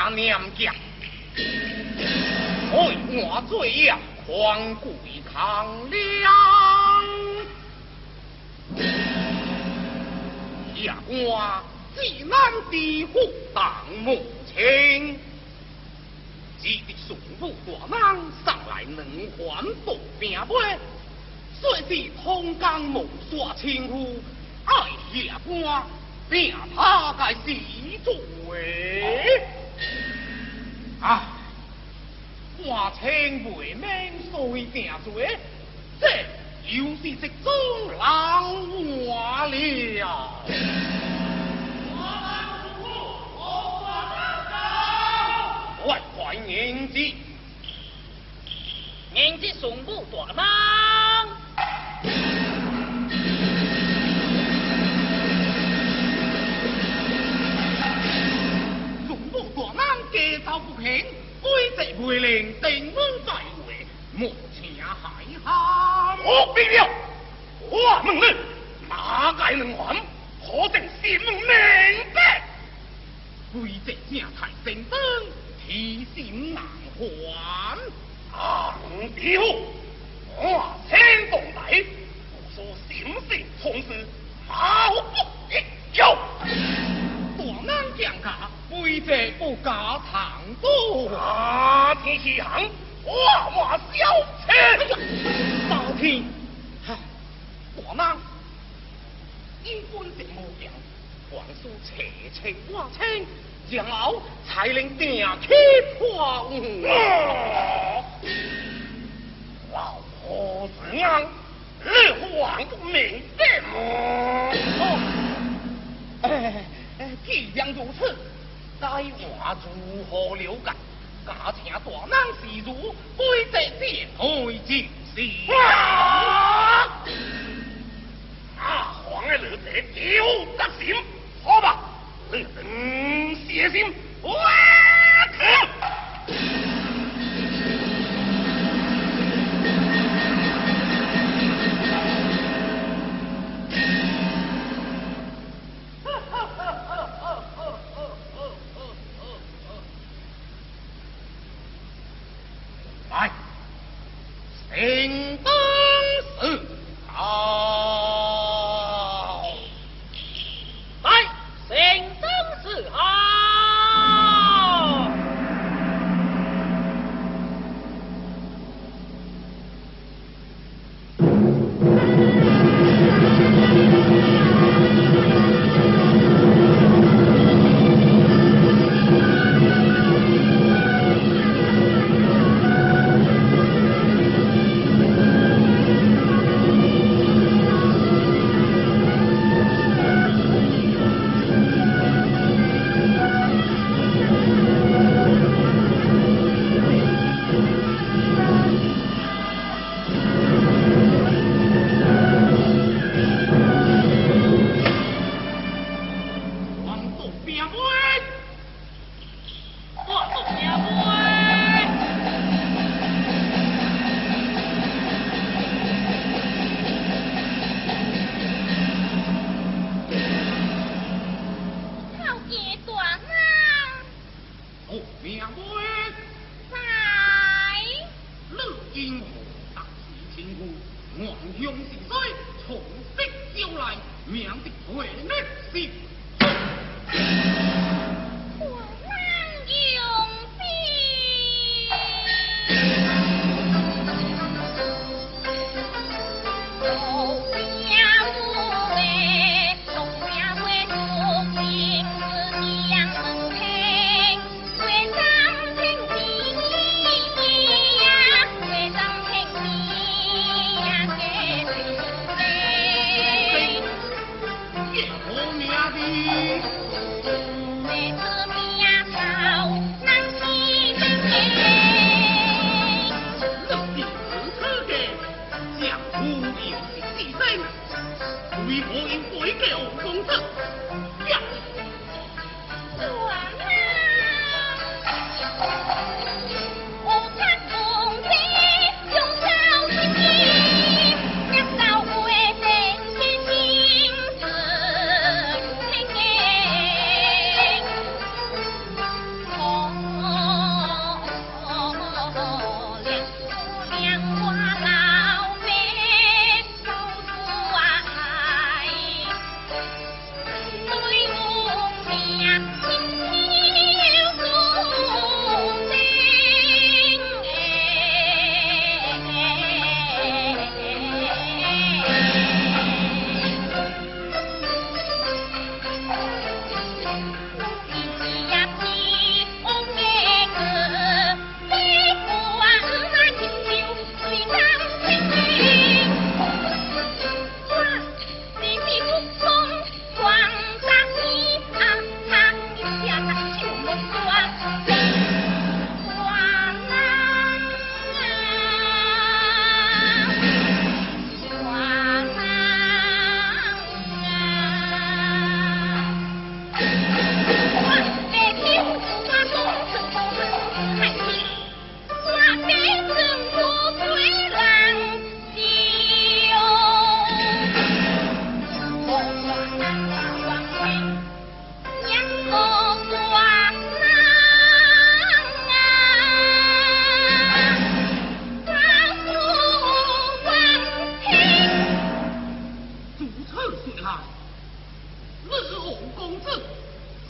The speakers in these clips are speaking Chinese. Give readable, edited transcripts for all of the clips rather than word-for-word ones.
念家，为我罪业狂贵抗量，夜官济南地府当母亲，记得宋武大人上来能还多兵杯，虽是通江无耍亲夫，爱夜官并他该死罪。唉，我请未免虽定罪，这又是食中人话了。快快迎接， 迎接宋武大人。 宋武大人家道不平，规则违令，定门在位，莫请害喊。我毙了！我问你，哪个能还？可定心明白？规则正太正当。提心难还，地府我请动来，我说心性从事，毫不一有。大难降价，规则不加长度。天气寒，我消气。老天，大难，一般的模样，还说切我清。将后才能定起破案。老何子安，你还不明白吗？既然如此，该我如何了解？假请大难事如规则展开进行。黄的日子丢得心，好吧。血心，我来，行当时好，来行。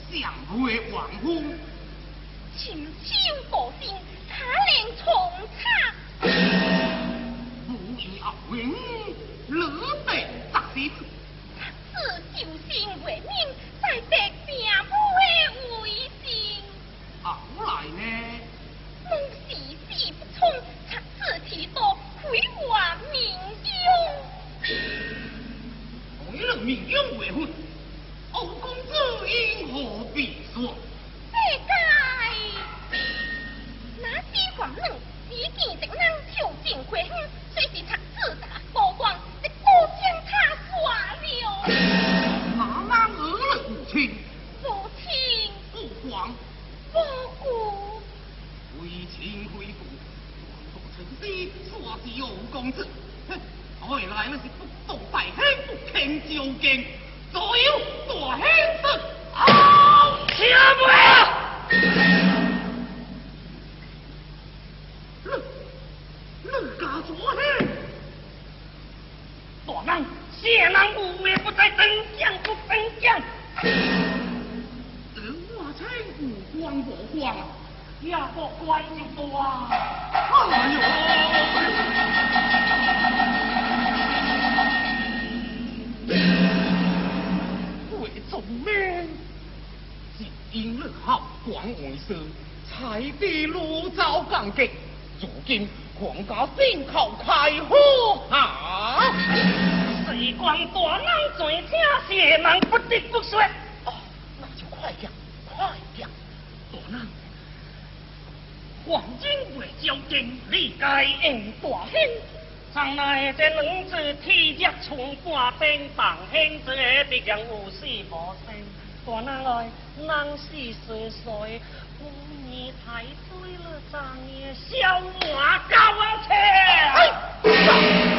相会王夫， 情秋多心，他连重插。 无以后永，乐得扎心。 此救心为命，在得病母的威信。 后来呢？ 梦时事不聪，插此提多，毁我名用。 为了名用为婚，欧公子因何必说？ 这该那些黄人只见敌人跳进回乡，虽是插此大波光，亦都将他耍了。 那男儿的父亲， 父亲父皇， 无故。 为情回复，王国成师耍是欧公子，哼，后来那是不懂大兄不听朝见，左右大兄子，好，请妹啊！你家左兄， 大人，谢人无话不在，真讲不真讲。 我请无光无光。 也不怪就多啊！ 哎呦！为做咩？是因了好广为师，才地路遭降级，如今皇家心口开火啊！ 时光大人最请谢人不得不说。 哦，那就快点，快点，大人。 黄金为将军，理该应大兄。常来这两字体弱从半边放兄子，必将有死无生。大人来，人死岁岁，我你太对了，张爷小马高车。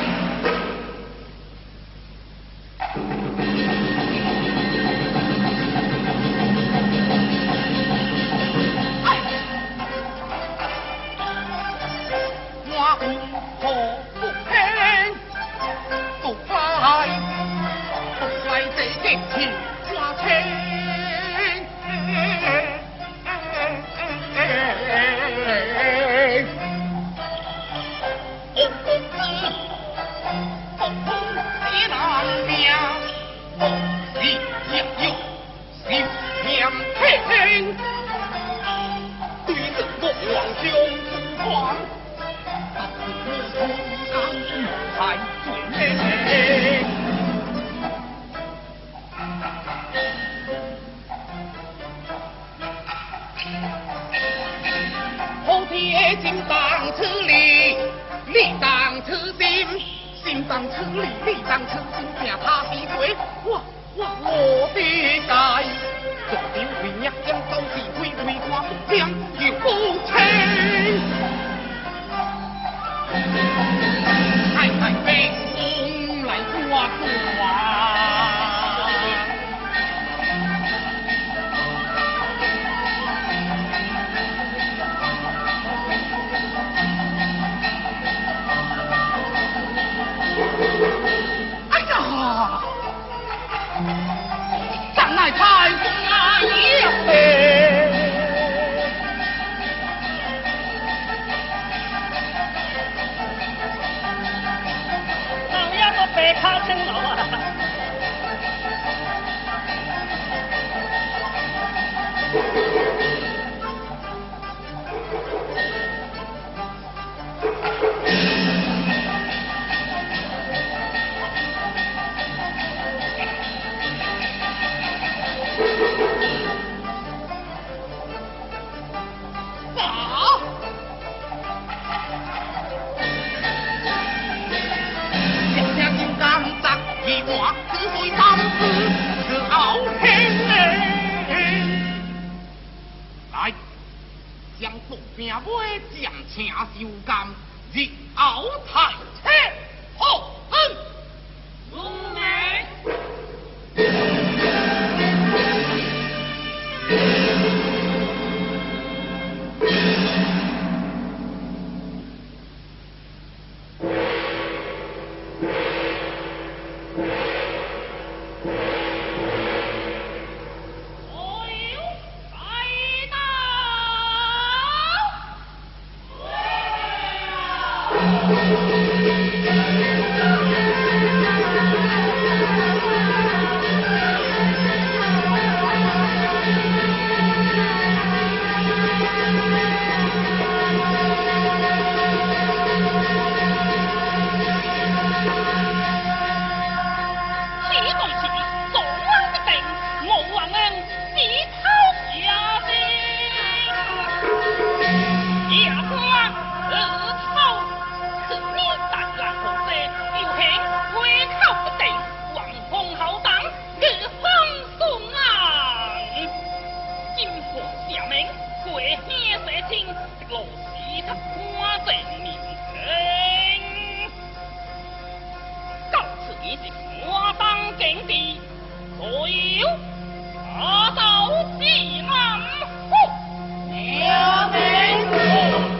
你的我当境地，所有大道西南府， 两名。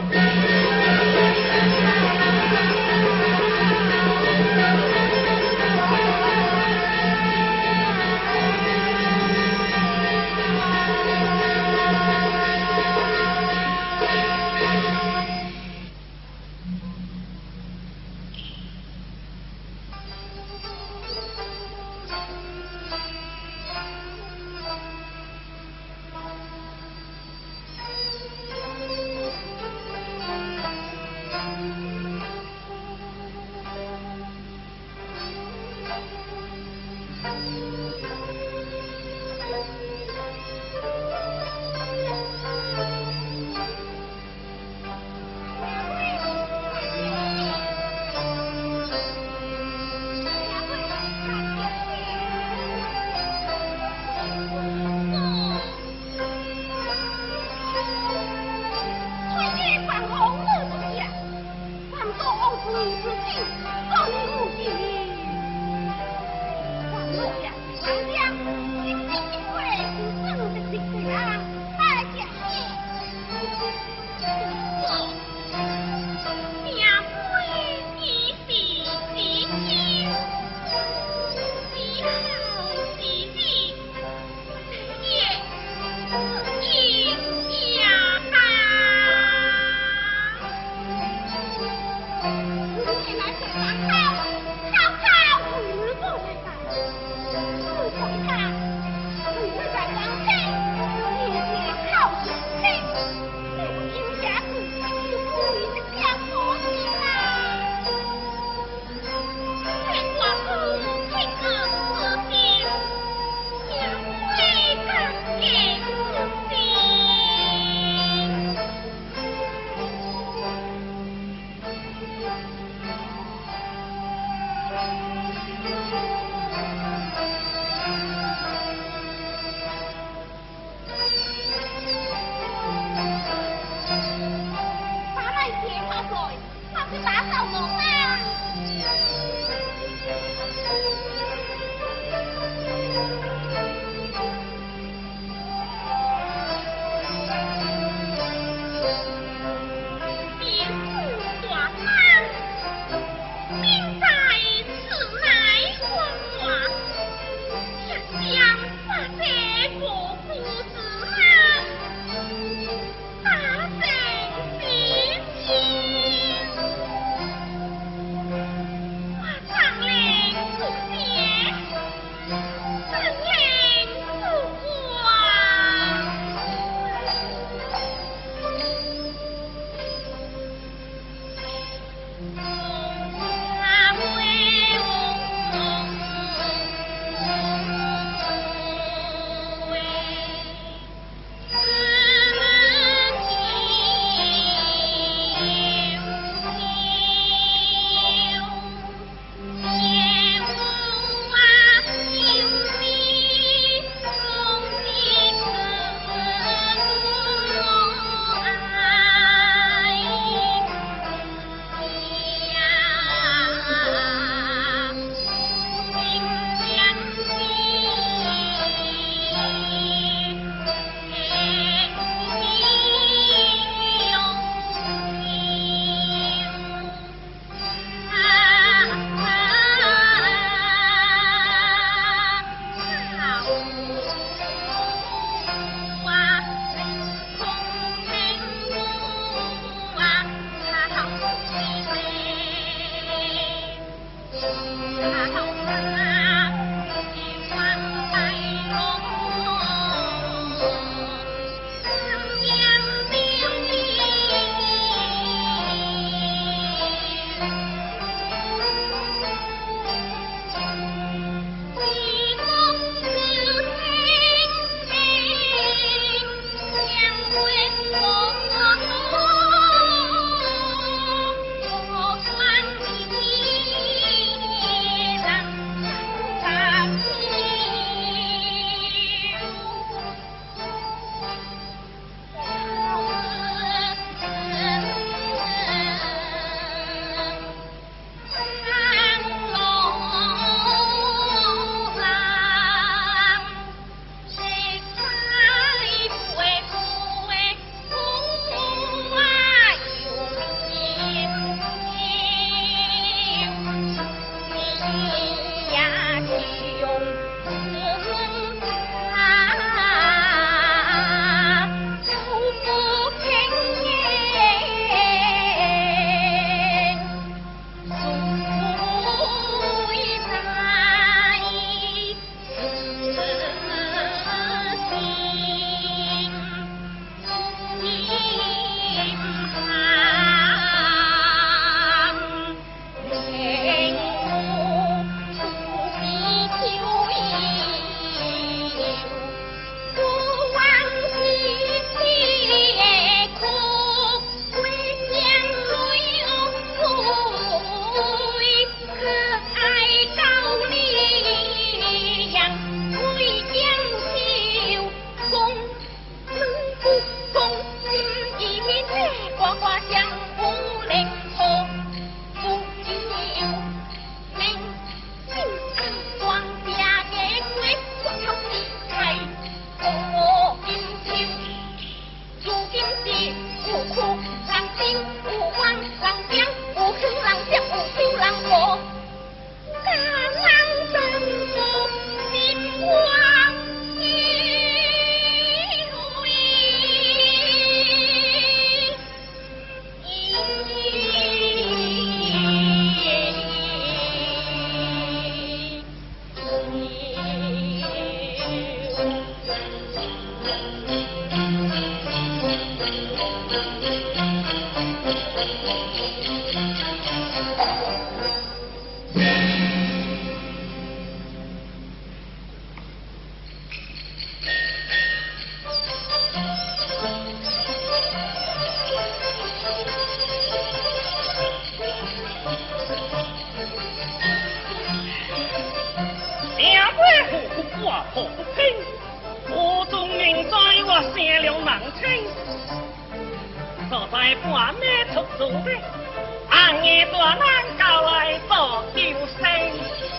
何不听？我终明在我写了难听，坐在半夜出租的，暗夜大人教来做救星。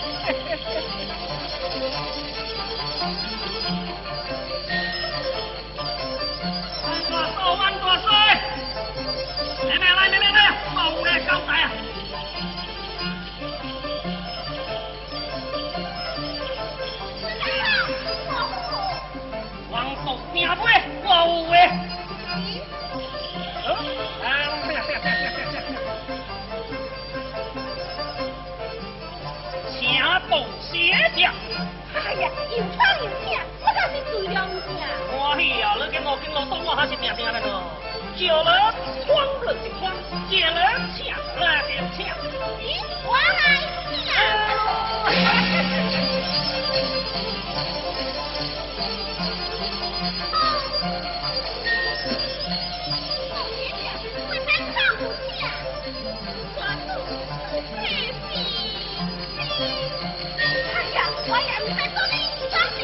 万多岁！来，我来交代啊！王府命杯，我有诶。请报谢奖。 哎呀，又唱又唱，我倒是最了命。 欢喜啊！你跟我懂我还是定定的咯。叫了穿了就穿，借了抢了就抢。 咦，我来我也不在这里，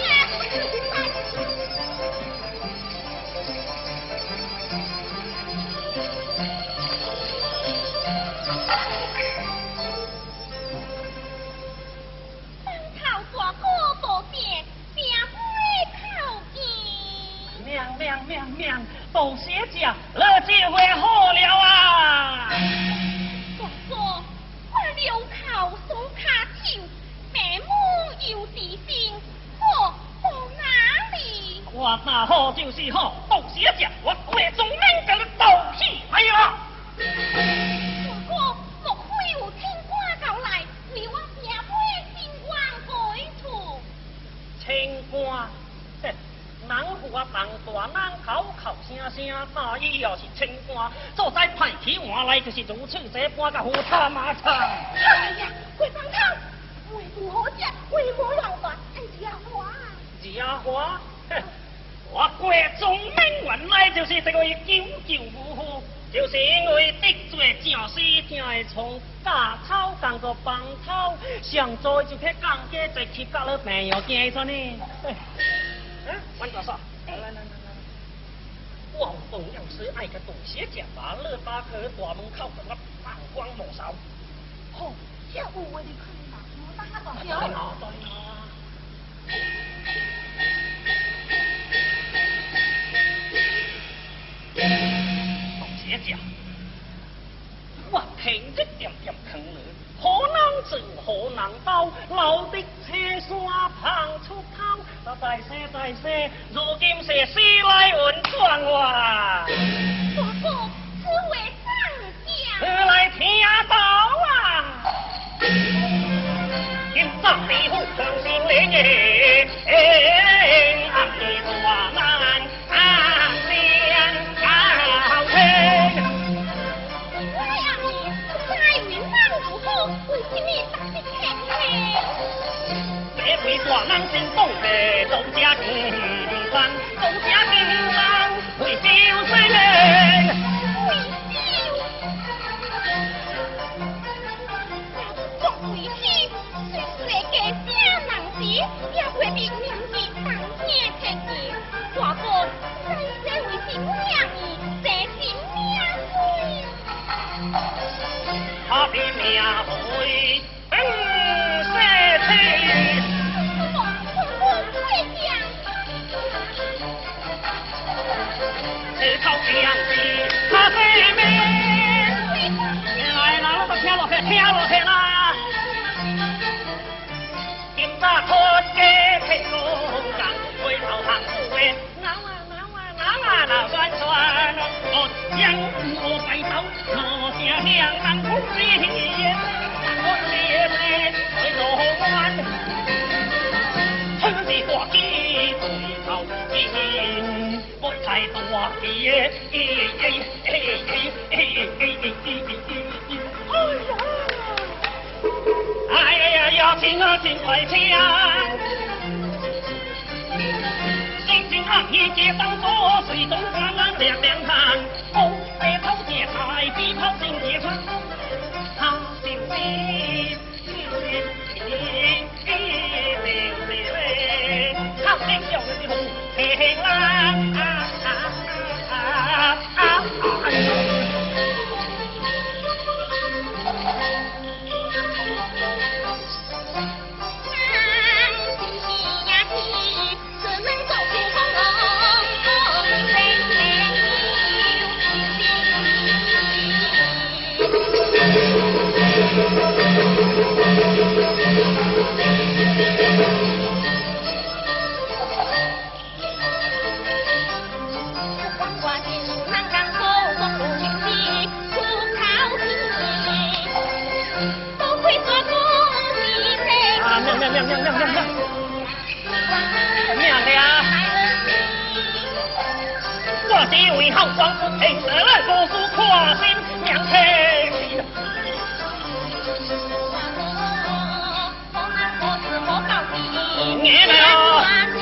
娘，多谢家，那机会好了啊！ 大哥，我流口送卡手，父母又地心，我到哪里？ 我那好就是好，多谢家，我贵中命跟你斗气来了。 大哥，莫非有天官到来，为我爹妹新官改除？ 清官。人我当大人口口声声，大意要是清官，做在派起换来就是如此这般个胡他马场。 哎呀，贵帮汤，为不好食，为无人管，哎呀花。 呀花，我贵中命原来就是这个九九无辜，就是因为得罪正死，才会从家草当个帮头，上早就去讲家，再去搞了病药惊咗呢。万大嫂，来，我同样是爱个东西讲吧，乐巴克大门口跟我放光莫少。 好，这有我哋看啦，我等下大对小。 东西讲，我听这点点坑了。河南走，河南到，老的车山旁出头，大些，如今是时来运转哇！ 大哥，此为上将。 来听到啊！今朝地府上心灵耶，暗地大难，暗先高天。为什么打的天黑？ 这位大人心动的周家金山，周家金山为救谁呢？ 为救。作为妻，虽是个家人子，也会比名义当天天意。大哥，这为是娘义，这是命贵。 他的命会本色去。是靠将士他对面。来，我听落去啦。今早看家去公干，回头行不回，闹酸，我将我摆手，落下向南空之言，我烈烈在罗湾，春是花季对头见，我才大姐，哎呀呀，情啊情快枪。一街上做水中花浪亮看，哦，白头姐台地炮进街穿，他就是我是为后光不平得来多数跨心娘亲。眼了。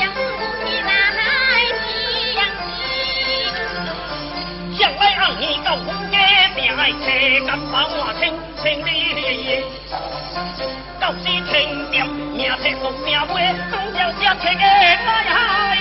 向来昂你高公家，定爱车敢把我清理。到时停店，命车送命尾，总叫只车个来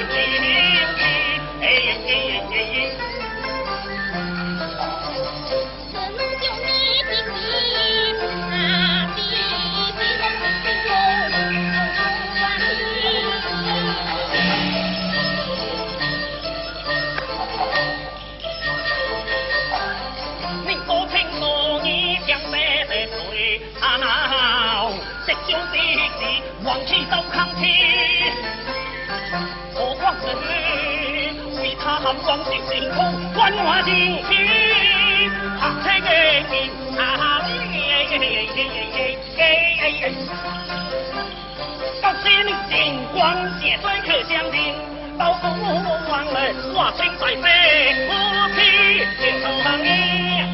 往起走抗气，何况是为他含光是辛苦，关我进去，行车嘅面到时你尽管写水可相听，到不忘了我清白飞，我去天头行业，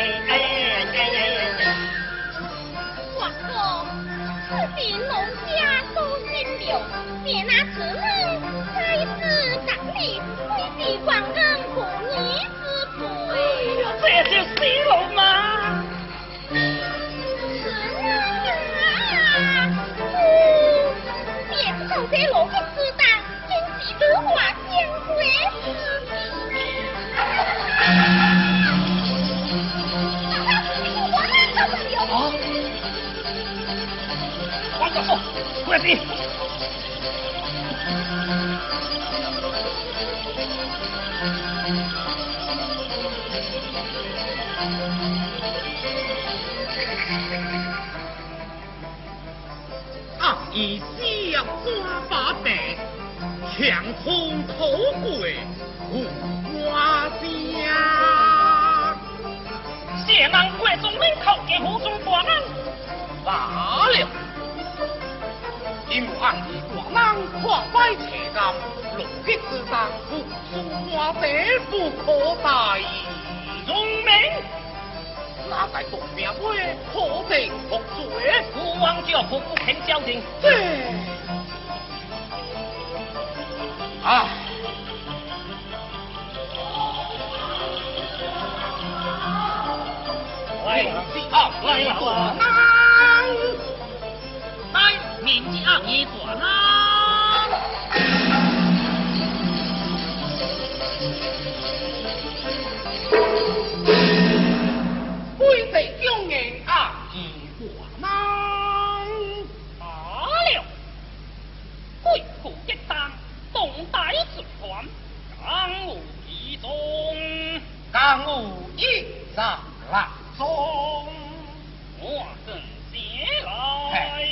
我说，此地农家多心流，别拿此人在此港里，为地皇恩苦你之苦。 这就是龙吗？ 别不从这罗黑之当，因其日华将归。 王教授，快点！ 昂以小抓把柄，强冲口鬼无花香。 谢人贵中门口给胡中大人。 罢了，因为俺是大人跨摆车站，落魄之当，付出我这不可待。 荣明， 那在东边位可定服罪， 父王教父不肯交情。 这，唉。 来了，来，面子昂一大啦！ 贵在将人昂一大啦！ 罢了，贵府一当，动大水团，刚无一宗， 刚无一上啦。中， 我正接来。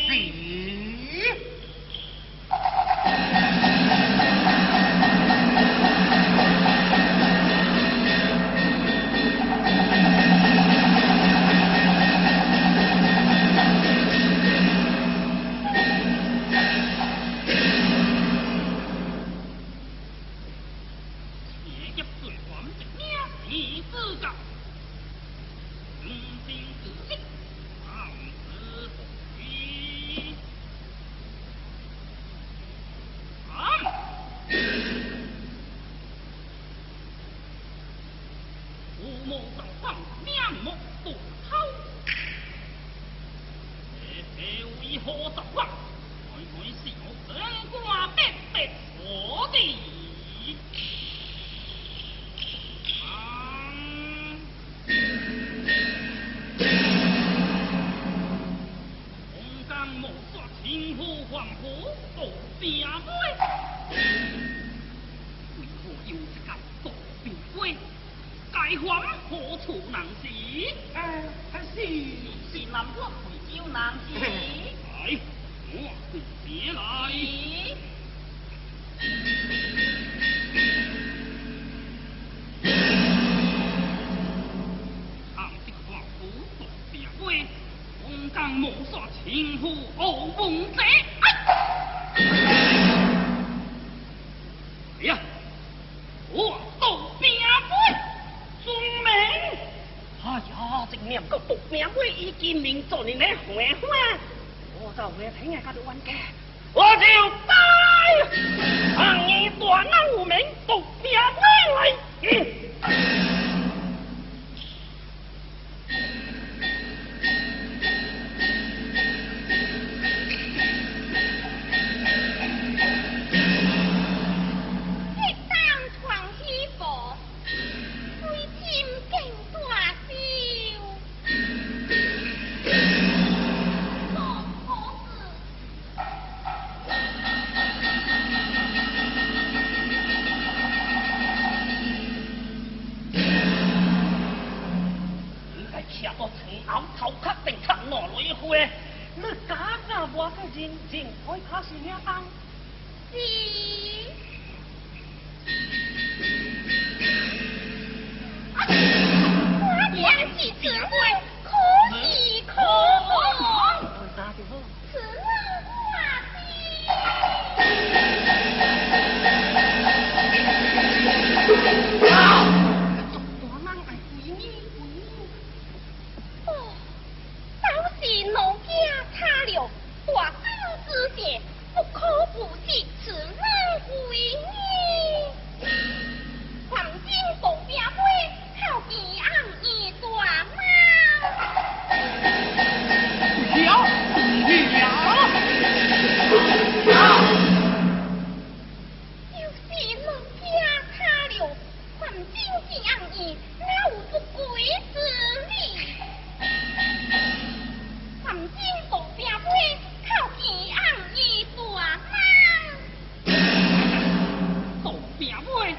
情妇傲凤姐。 呀，我斗兵会遵命。哎呀，这念个斗兵会已经明做你的花花，我就会听人家的冤家，我就带让你大难无名斗兵会来。认真开卡是了当。 是。我娘是姊妹，可喜可贺。此人话是奴家差了，大惊之下，不可不惜此人为你。黄金宝兵杯，靠见暗夜大就是奴家差了，黄金见暗夜，哪有不归之理？黄金宝兵杯，靠见暗夜大宝兵杯，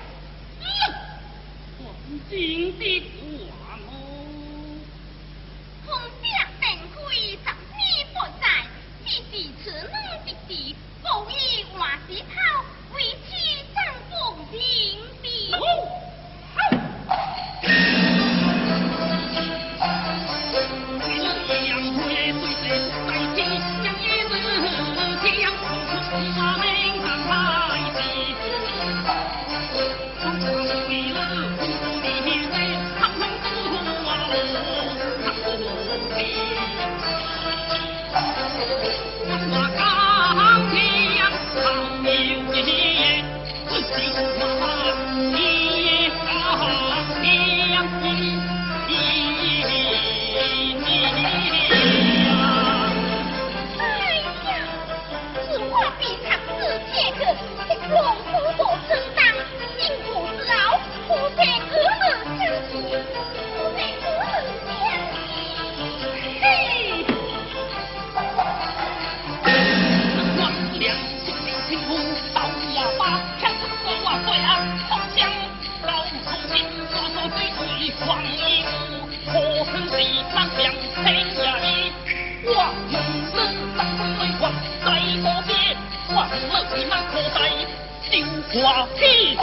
黄金的话么？ 风家定贵十年不在，只是此女的弟，故意换石头，为妻争风平地。 花屁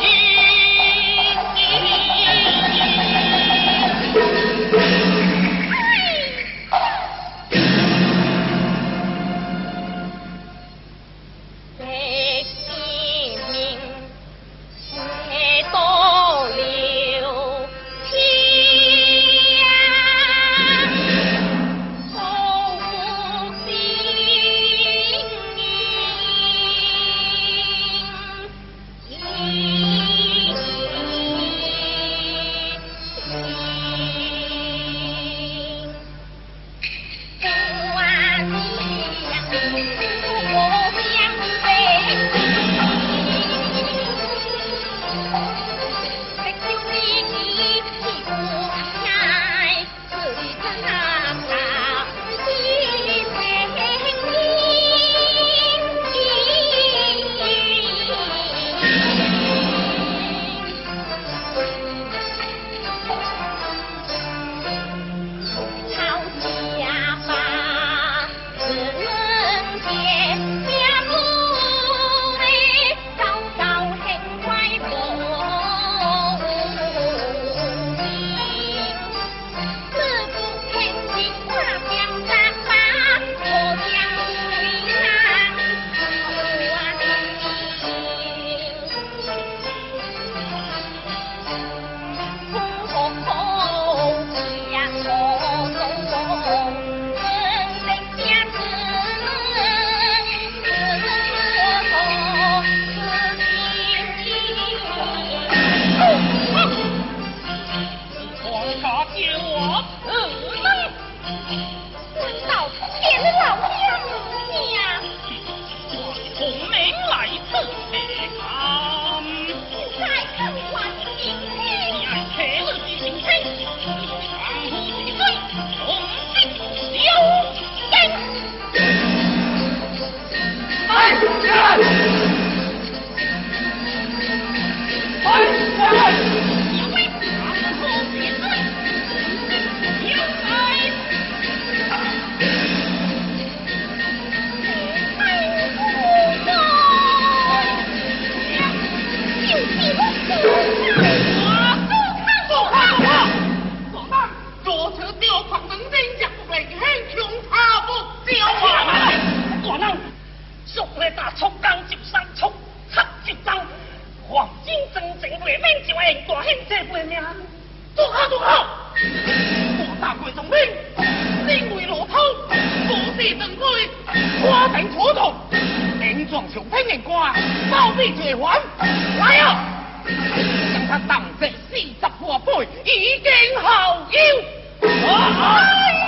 来打出钢就上出插就张，黄金真正为民就会大兴这辈命。 做好，我大贵总兵，身为罗头，武士正规，花城楚同，连壮雄拼人瓜，包庇罪还，来啊！将他当这40花杯，已经好友。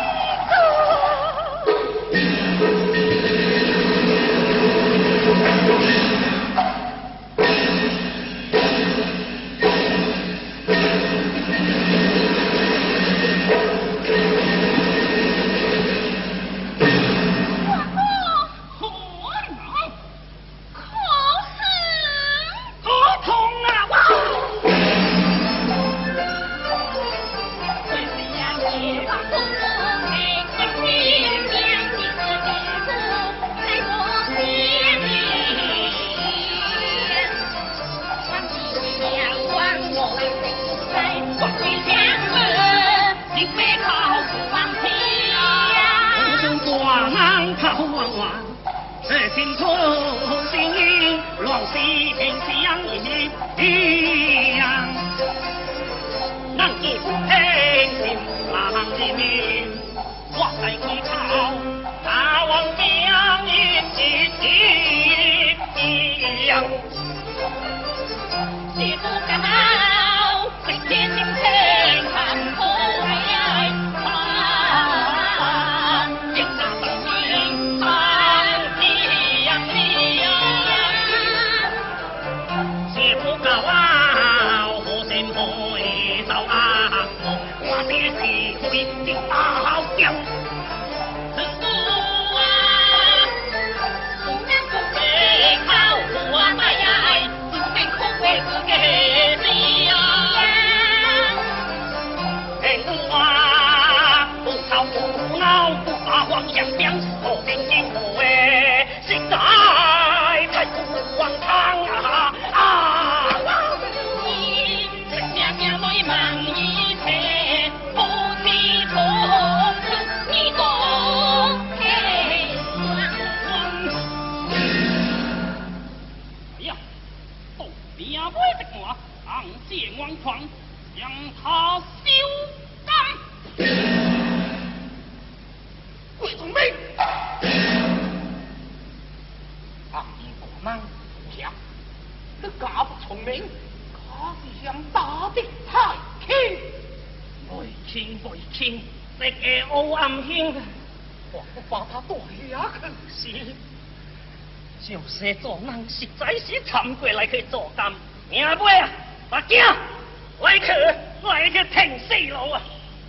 就是做人实在是惨过来去做监，命尾啊，把囝来去停死路啊！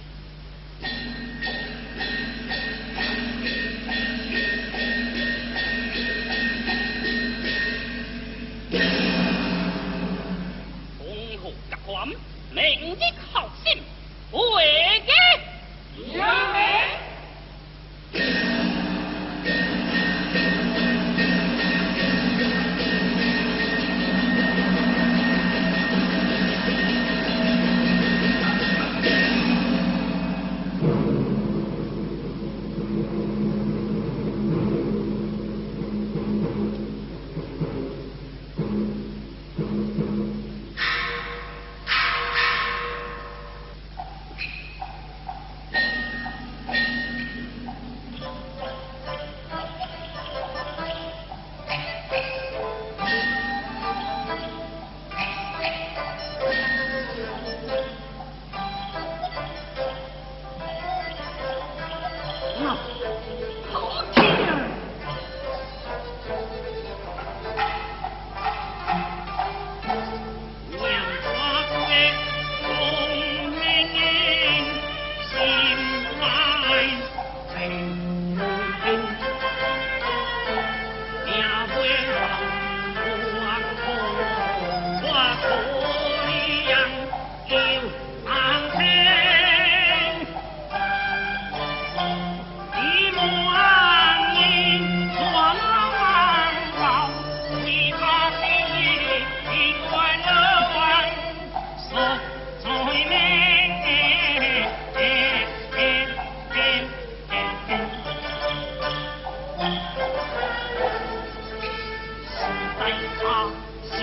丰富甲官，明日后心，为嘅。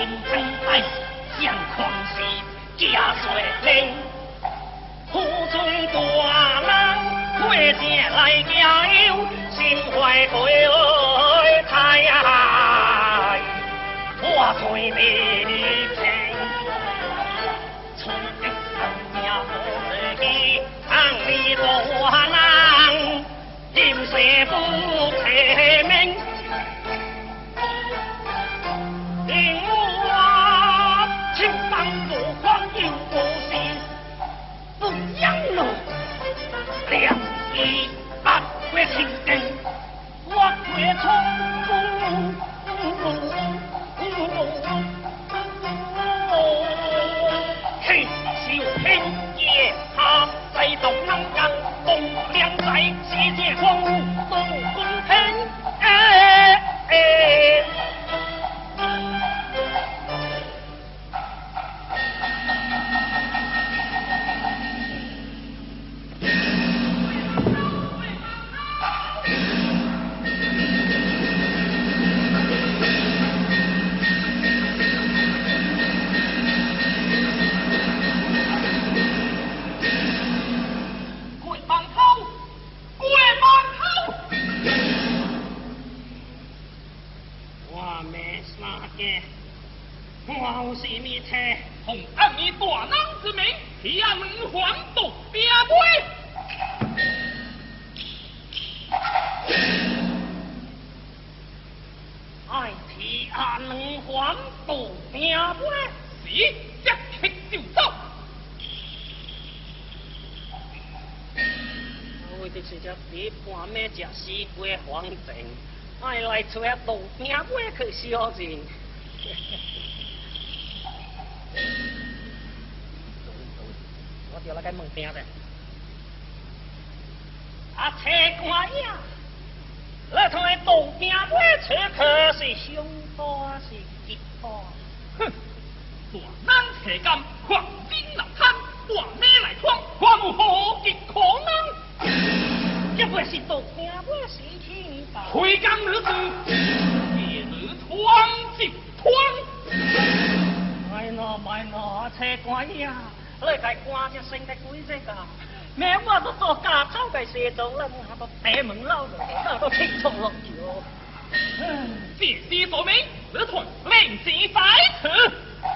心等待，相狂时家水灵，苦中大人会正来加油，心怀对太爱，我最你情，从一生也无自己，让你大人，今世不提名。令我情当无狂又无心，不养路，两意八会情定，我最冲嘿，小兄夜下制度能人，共两仔世界光都公平。我是灭车， 奉按你大人之命，替俺们还渡边关。 爱替俺们还渡边关， 是即刻就走。 为的是这比半暝食西瓜黄正，爱来找渡边关去小人。我掉了个门边的，啊，车官呀，那从渡边关出去是凶多是吉多？ 哼，大人车干狂兵老贪，半暝来闯，还有何极可能？ 这不是渡边关是轻吧？ 开江日子，一日闯即闯。 买喏，车官呀，你该官只升得几只噶？命我都做家丑嘅事做啦，我都闭门捞落，我都清楚落咗。 这是说明你团令旨在此。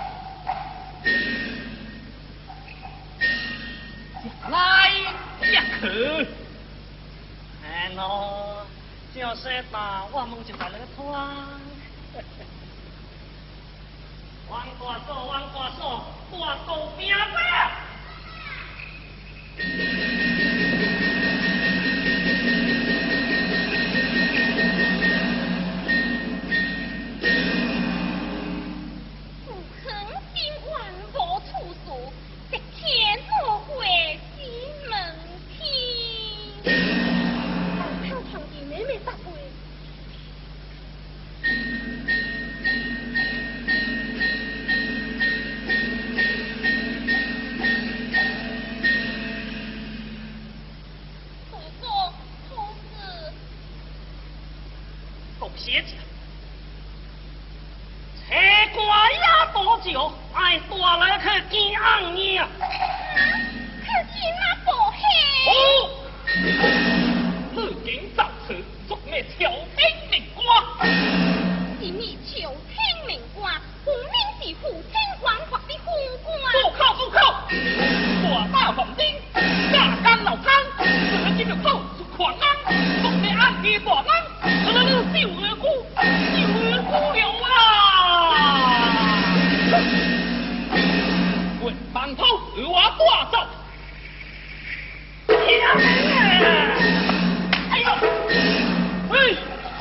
来一去。 哎喏，就是打我们就在那个团。往大嫂，往大嫂，大渡边关。 不肯今晚无处所，直天魔鬼西门厅。看堂弟妹妹答对。 写着，车瓜呀多久，爱大来去见俺呀。 可见那宝黑。 哦，如今到此，昨日朝廷命官。 是你朝廷命官，分明是父亲王法的昏官。 不靠不靠，大大黄丁，大干老汤，这今日走是狂安，昨日暗地大安。救儿姑，救儿姑了啊！滚帮头，我大走。哎呦！哎！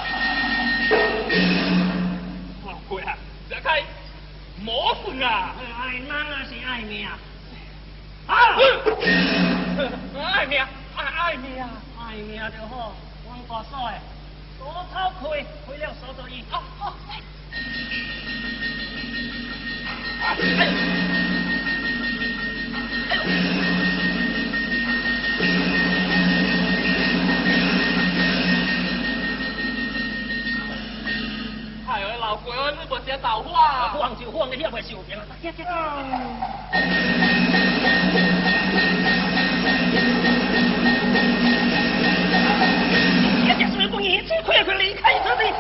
哇，鬼啊！这开魔棍啊！ 爱男啊是爱命啊！ 爱命，爱命， 爱命就好，王大嫂诶。多掏开了手作业。哎呦，老老鬼，你无食豆花。 晃就晃，你遐袂受病啊！行行行。这就是不义气，快快离开这里！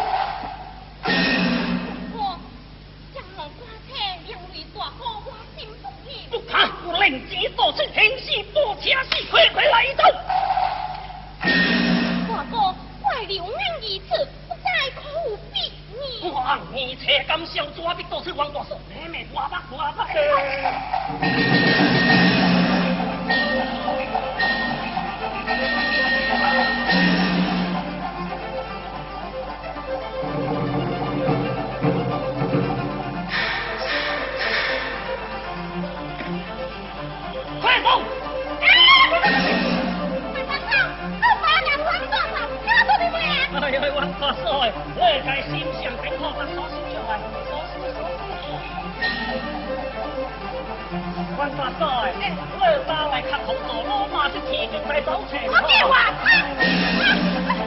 我将龙瓜车两位大哥，我心不义。 不怕，我令己做出行事不恰死，快快来走！ 大哥，怪流命一次，不再苦逼你。 我你车敢小抓的都是王大嫂，妹妹我吧。快走！哎呀，王大嫂，我该心想平和，把手伸出来，王大嫂，我打来磕头做老马是天经在走车。 我别话。